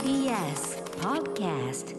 TBS Podcast。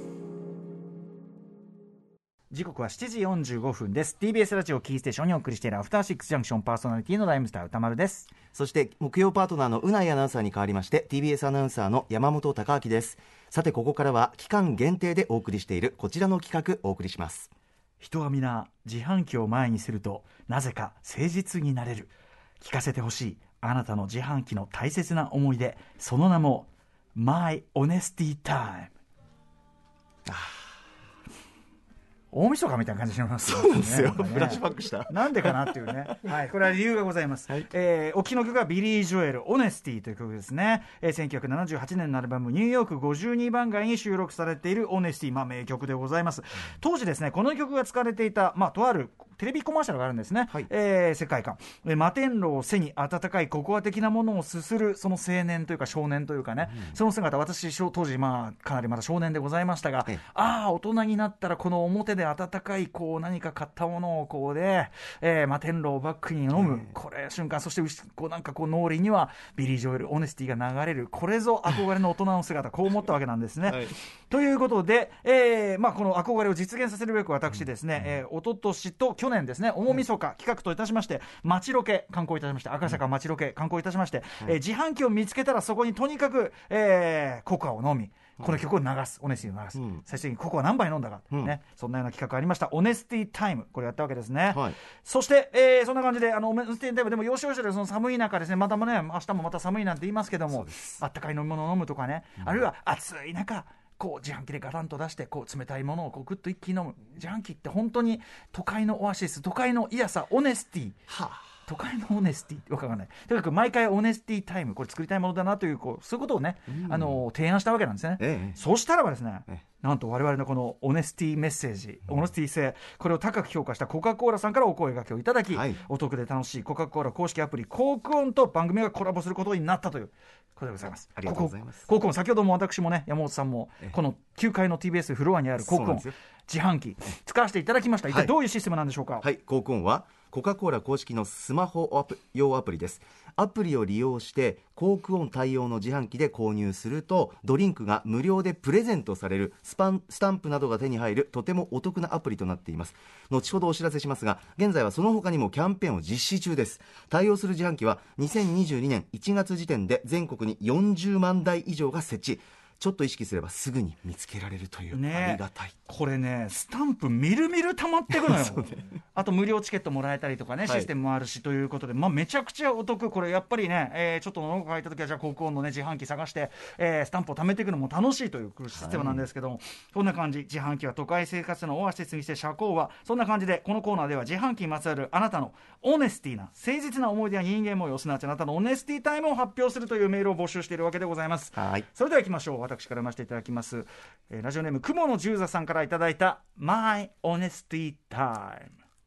時刻は7時45分です。 TBS ラジオキーステーションにお送りしているアフターシックスジャンクション、パーソナリティのライムスター歌丸です。 そして木曜パートナーのうないアナウンサーに代わりまして TBS アナウンサーの山本貴明です。さてここからは期間限定でお送りしているこちらの企画お送りします。 人は皆自販機を前にするとなぜか誠実になれる。聞かせてほしいあなたの自販機の大切な思い出、その名も My Honesty Time。 大晦日みたいな感じしますね。 そうですよ、 なんかねフラッシュバックしたなんでかなっていうね、はい、これは理由がございます、 はい。 お聞きの曲はビリー・ジョエルオネスティという曲ですね。1978年のアルバムニューヨーク52番街に収録されているオネスティ、名曲でございます。当時ですね、この曲が使われていた、とあるテレビコマーシャルがあるんですね、 はい。 世界観、摩天楼を背に温かいココア的なものをすするその青年というか少年というかね、その姿、私当時かなりまだ少年でございましたが、大人になったらこの表で温かい何か買ったものを摩天楼をバックに飲む、これ瞬間、そして脳裏にはビリー・ジョエルオネスティが流れる、これぞ憧れの大人の姿、こう思ったわけなんですね、 はい。 ということで、この憧れを実現させるべく私ですね、一昨年と去年ですね、大晦日企画といたしまして街ロケ観光いたしまして、赤坂街ロケ観光いたしまして、自販機を見つけたらそこにとにかく、ココアを飲み、この曲を流す、オネスティを流す、最終的にココア何杯飲んだか、そんなような企画がありました。オネスティタイム、これやったわけですね、はい。そして、そんな感じでオネスティタイムでも要所要所でその寒い中ですね、またもね、明日もまた寒いなんて言いますけども、あったかい飲み物を飲むとかね、あるいは暑い中自販機でガタンと出して冷たいものをグッと一気に飲む。自販機って本当に都会のオアシス、都会のいやさ、オネスティ、都会のオネスティって分からない、とにかく毎回オネスティタイム、これ作りたいものだなという、そういうことをね、提案したわけなんですね、そうしたらばですね、なんと我々のこのオネスティメッセージ、オネスティ性、これを高く評価したコカ・コーラさんからお声掛けをいただき、お得で楽しいコカ・コーラ公式アプリコークオンと番組がコラボすることになったということでございます。 ありがとうございます。 コークオン、先ほども私もね、山本さんもこの9階の TBS フロアにあるコークオン自販機使わせていただきました。一体どういうシステムなんでしょうか。 はい、コークオンはコカ・コーラ公式のスマホ用アプリです。アプリを利用してコークオン対応の自販機で購入するとドリンクが無料でプレゼントされるスタンプなどが手に入るとてもお得なアプリとなっています。後ほどお知らせしますが、現在はその他にもキャンペーンを実施中です。対応する自販機は2022年1月時点で全国に40万台以上が設置。ちょっと意識すればすぐに見つけられるという、ありがたい。 これね、スタンプみるみる溜まってくのよあと無料チケットもらえたりとかね、システムもあるしということで、めちゃくちゃお得。これやっぱりね、ちょっと喉が渇いた時はじゃあコークオンのね自販機探して、スタンプを貯めていくのも楽しいというシステムなんですけども、こんな感じ。自販機は都会生活のオアシスにして社交は、そんな感じでこのコーナーでは自販機にまつわるあなたのオネスティな誠実な思い出や人間模様、すなわちあなたのオネスティタイムを発表するというメールを募集しているわけでございます。それでは行きましょう。私から読ませていただきます。ラジオネーム雲の十座さんからいただいた My Honesty Time。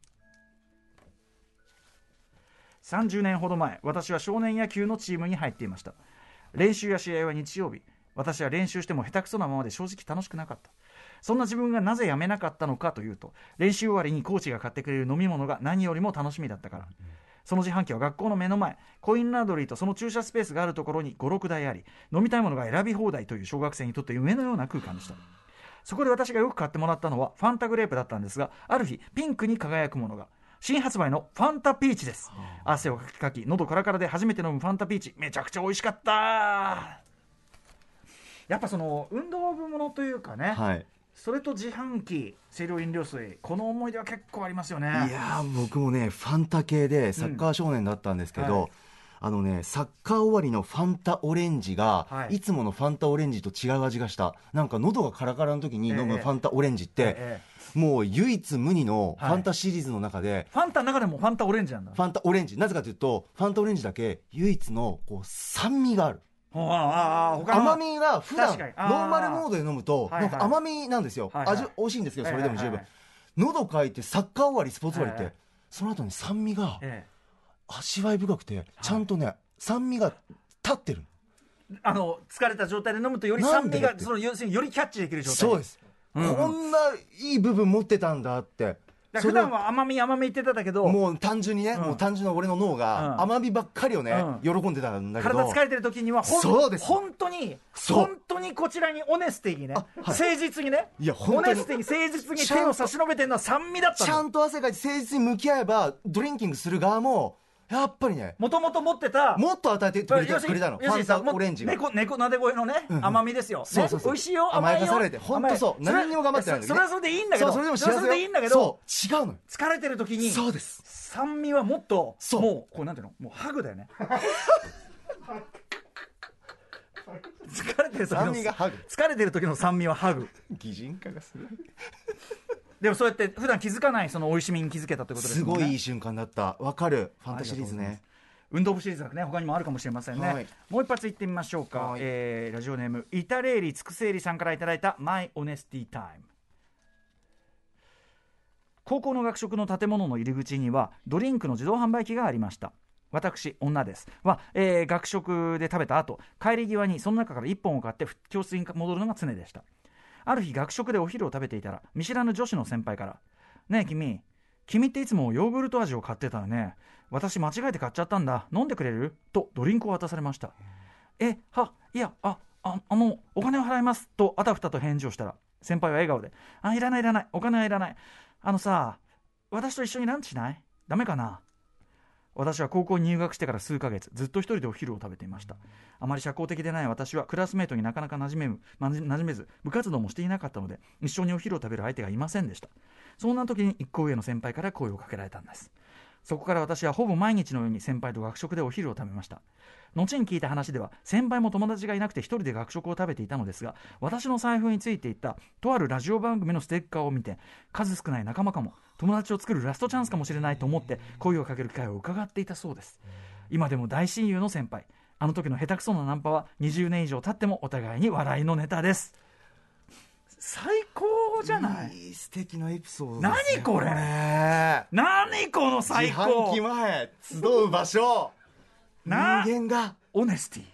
30年ほど前、私は少年野球のチームに入っていました。練習や試合は日曜日。私は練習しても下手くそなままで正直楽しくなかった。そんな自分がなぜやめなかったのかというと、練習終わりにコーチが買ってくれる飲み物が何よりも楽しみだったから。その自販機は学校の目の前、コインランドリーとその駐車スペースがあるところに5、6台あり、飲みたいものが選び放題という小学生にとって夢のような空間でした。そこで私がよく買ってもらったのはファンタグレープだったんですが、ある日ピンクに輝くものが、新発売のファンタピーチです。汗をかき喉カラカラで初めて飲むファンタピーチ、めちゃくちゃ美味しかった。やっぱその運動部ものというかね、それと自販機、清涼飲料水、この思い出は結構ありますよね。 いや僕もねファンタ系でサッカー少年だったんですけど、サッカー終わりのファンタオレンジが、いつものファンタオレンジと違う味がした。なんか喉がカラカラの時に飲むファンタオレンジって、もう唯一無二のファンタシリーズの中で、 ファンタの中でもファンタオレンジなんだ。 ファンタオレンジ、なぜかというとファンタオレンジだけ唯一の酸味がある。甘みが普段ノーマルモードで飲むとなんか甘みなんですよ、味美味しいんですけど、それでも十分、喉かいてサッカー終わりスポーツ終わりって、その後に酸味が味わい深くて、ちゃんとね酸味が立ってる。 疲れた状態で飲むとより酸味が要するによりキャッチできる状態。 そうです、こんないい部分持ってたんだって。 普段は甘み言ってたんだけど、 もう単純にね、もう単純な俺の脳うんが甘みばっかりをね、喜んでたんだけど、 体疲れてる時にはそうです本当にこちらにオネスティにね、誠実にね、 いや本オ当にネスティに誠実に手を差し伸べてるのは酸味だったの。 ちゃんと汗かいて誠実に向き合えばドリンキングする側もやっぱりね、 もともと持ってたもっと与えてくれたの。ファンタオレンジが猫なで声のね、甘みですよ。 そうそうそう、 美味しいよ、 甘甘いよ。 やかされて、本当そう、何にも頑張ってないんだけどね。 それはそれでいいんだけど、 それでも幸せよ。 それでいいんだけど、 そう違うのよ。 疲れてる時にそうです。 酸味はもっと、 そうもうこうなんていうの、もうハグだよね。疲れてる時の酸味がハグ。 疲れてる時の酸味はハグ。 擬人化がする。 でもそうやって普段気づかないその美味しみに気づけたってことですすもんね。 ごいいい瞬間だった。わかる。ファンタシリーズね。 運動部シリーズはね他にもあるかもしれませんね、はい、もう一発いってみましょうか、 はい、 ラジオネームイタレーリつくせいりさんからいただいた My Honesty Time。 高校の学食の建物の入り口にはドリンクの自動販売機がありました。私女ですは、学食で食べた後帰り際にその中から1本を買って教室に戻るのが常でした。ある日学食でお昼を食べていたら見知らぬ女子の先輩からねえ君っていつもヨーグルト味を買ってたよね。私間違えて買っちゃったんだ。飲んでくれる？とドリンクを渡されました。いやお金を払いますとあたふたと返事をしたら先輩は笑顔でいらないお金はいらない。さ私と一緒にランチしない？ダメかな？私は高校に入学してから数ヶ月ずっと一人でお昼を食べていました。あまり社交的でない私はクラスメートになかなか馴染めず部活動もしていなかったので一緒にお昼を食べる相手がいませんでした。そんな時に一個上の先輩から声をかけられたんです。そこから私はほぼ毎日のように先輩と学食でお昼を食べました。後に聞いた話では先輩も友達がいなくて一人で学食を食べていたのですが、私の財布についていたとあるラジオ番組のステッカーを見て数少ない仲間かも友達を作るラストチャンスかもしれないと思って声をかける機会を伺っていたそうです。今でも大親友の先輩、あの時の下手くそなナンパは20年以上経ってもお互いに笑いのネタです。最高じゃない？ 素敵なエピソードですね。 何これ？何この最高？ 自販機前集う場所、人間がオネスティ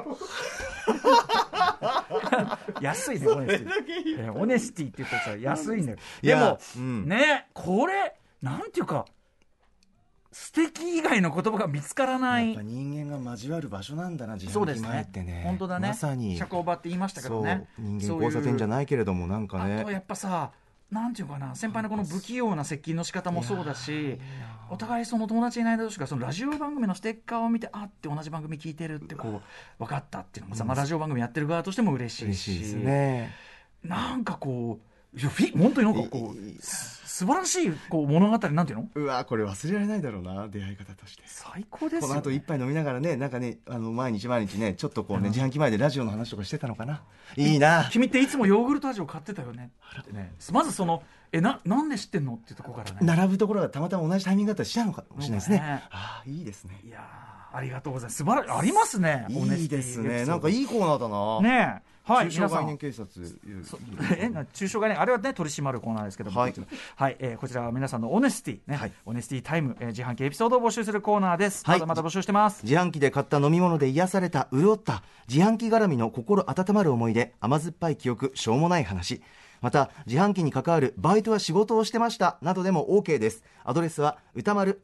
安いねオネスティオネスティって言ったら安いんだよ。でも、ねこれなんていうか素敵以外の言葉が見つからない。 やっぱ人間が交わる場所なんだな、自販機前ってね。 本当だね。 まさに社交場って言いましたけどね。 人間交差点じゃないけれどもなんかね。 あとやっぱさ、なんていうかな、先輩のこの不器用な接近の仕方もそうだし、お互いその友達いない同士がそのラジオ番組のステッカーを見てって同じ番組聞いてるってこう分かったっていうのもさ、ラジオ番組やってる側としても嬉しいし、 ですね。 なんかこう本当になんかこう素晴らしいこう物語なんていうの？ うわこれ忘れられないだろうな、出会い方として。 最高ですよね。 この後一杯飲みながらね、なんかね毎日ねちょっとこうね、自販機前でラジオの話とかしてたのかな。いいな。 君っていつもヨーグルト味を買ってたよねってね。まずそのなんで知ってんのっていうところからね、 並ぶところがたまたま同じタイミングだったらしたのかもしれないですね。いいですね。 いやありがとうございます。素晴らしいありますね。 いいですね。なんかいいコーナーだな。 ねえ。はい、 中小概念警察。 中小概念あれはね取り締まるコーナーですけども、はい、こちらは皆さんのオネスティね、オネスティタイム、自販機エピソードを募集するコーナーです。まだ募集してます。 自販機で買った飲み物で癒された、潤った自販機絡みの心温まる思い出、甘酸っぱい記憶、しょうもない話、また自販機に関わるバイトは仕事をしてましたなどでも OK です。アドレスは歌丸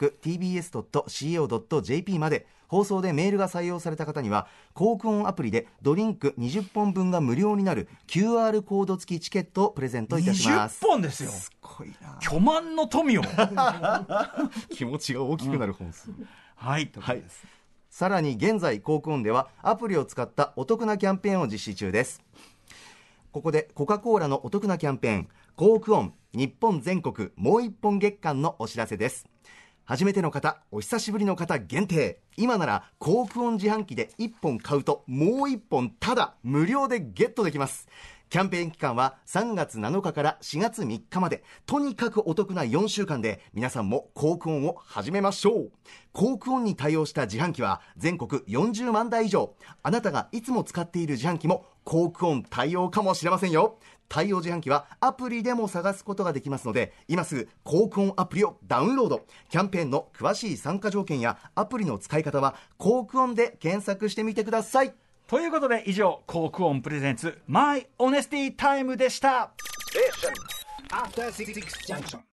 @tbs.co.jp まで。放送でメールが採用された方にはコークオンアプリでドリンク20本分が無料になる QR コード付きチケットをプレゼントいたします。 20本ですよ。 すごいな。 巨万の富を気持ちが大きくなる本数、 はい、 さらに現在コークオンではアプリを使ったお得なキャンペーンを実施中です。ここでコカ・コーラのお得なキャンペーン、コークオン日本全国もう一本月間のお知らせです。初めての方、お久しぶりの方限定、今ならコークオン自販機で1本買うともう1本ただ無料でゲットできます。キャンペーン期間は3月7日から4月3日まで、とにかくお得な4週間で皆さんもコークオンを始めましょう。コークオンに対応した自販機は全国40万台以上。あなたがいつも使っている自販機もコークオン対応かもしれませんよ。対応自販機はアプリでも探すことができますので、今すぐコークオンアプリをダウンロード。キャンペーンの詳しい参加条件やアプリの使い方はコークオンで検索してみてください。 ということで以上、コークオンプレゼンツマイオネスティタイムでした。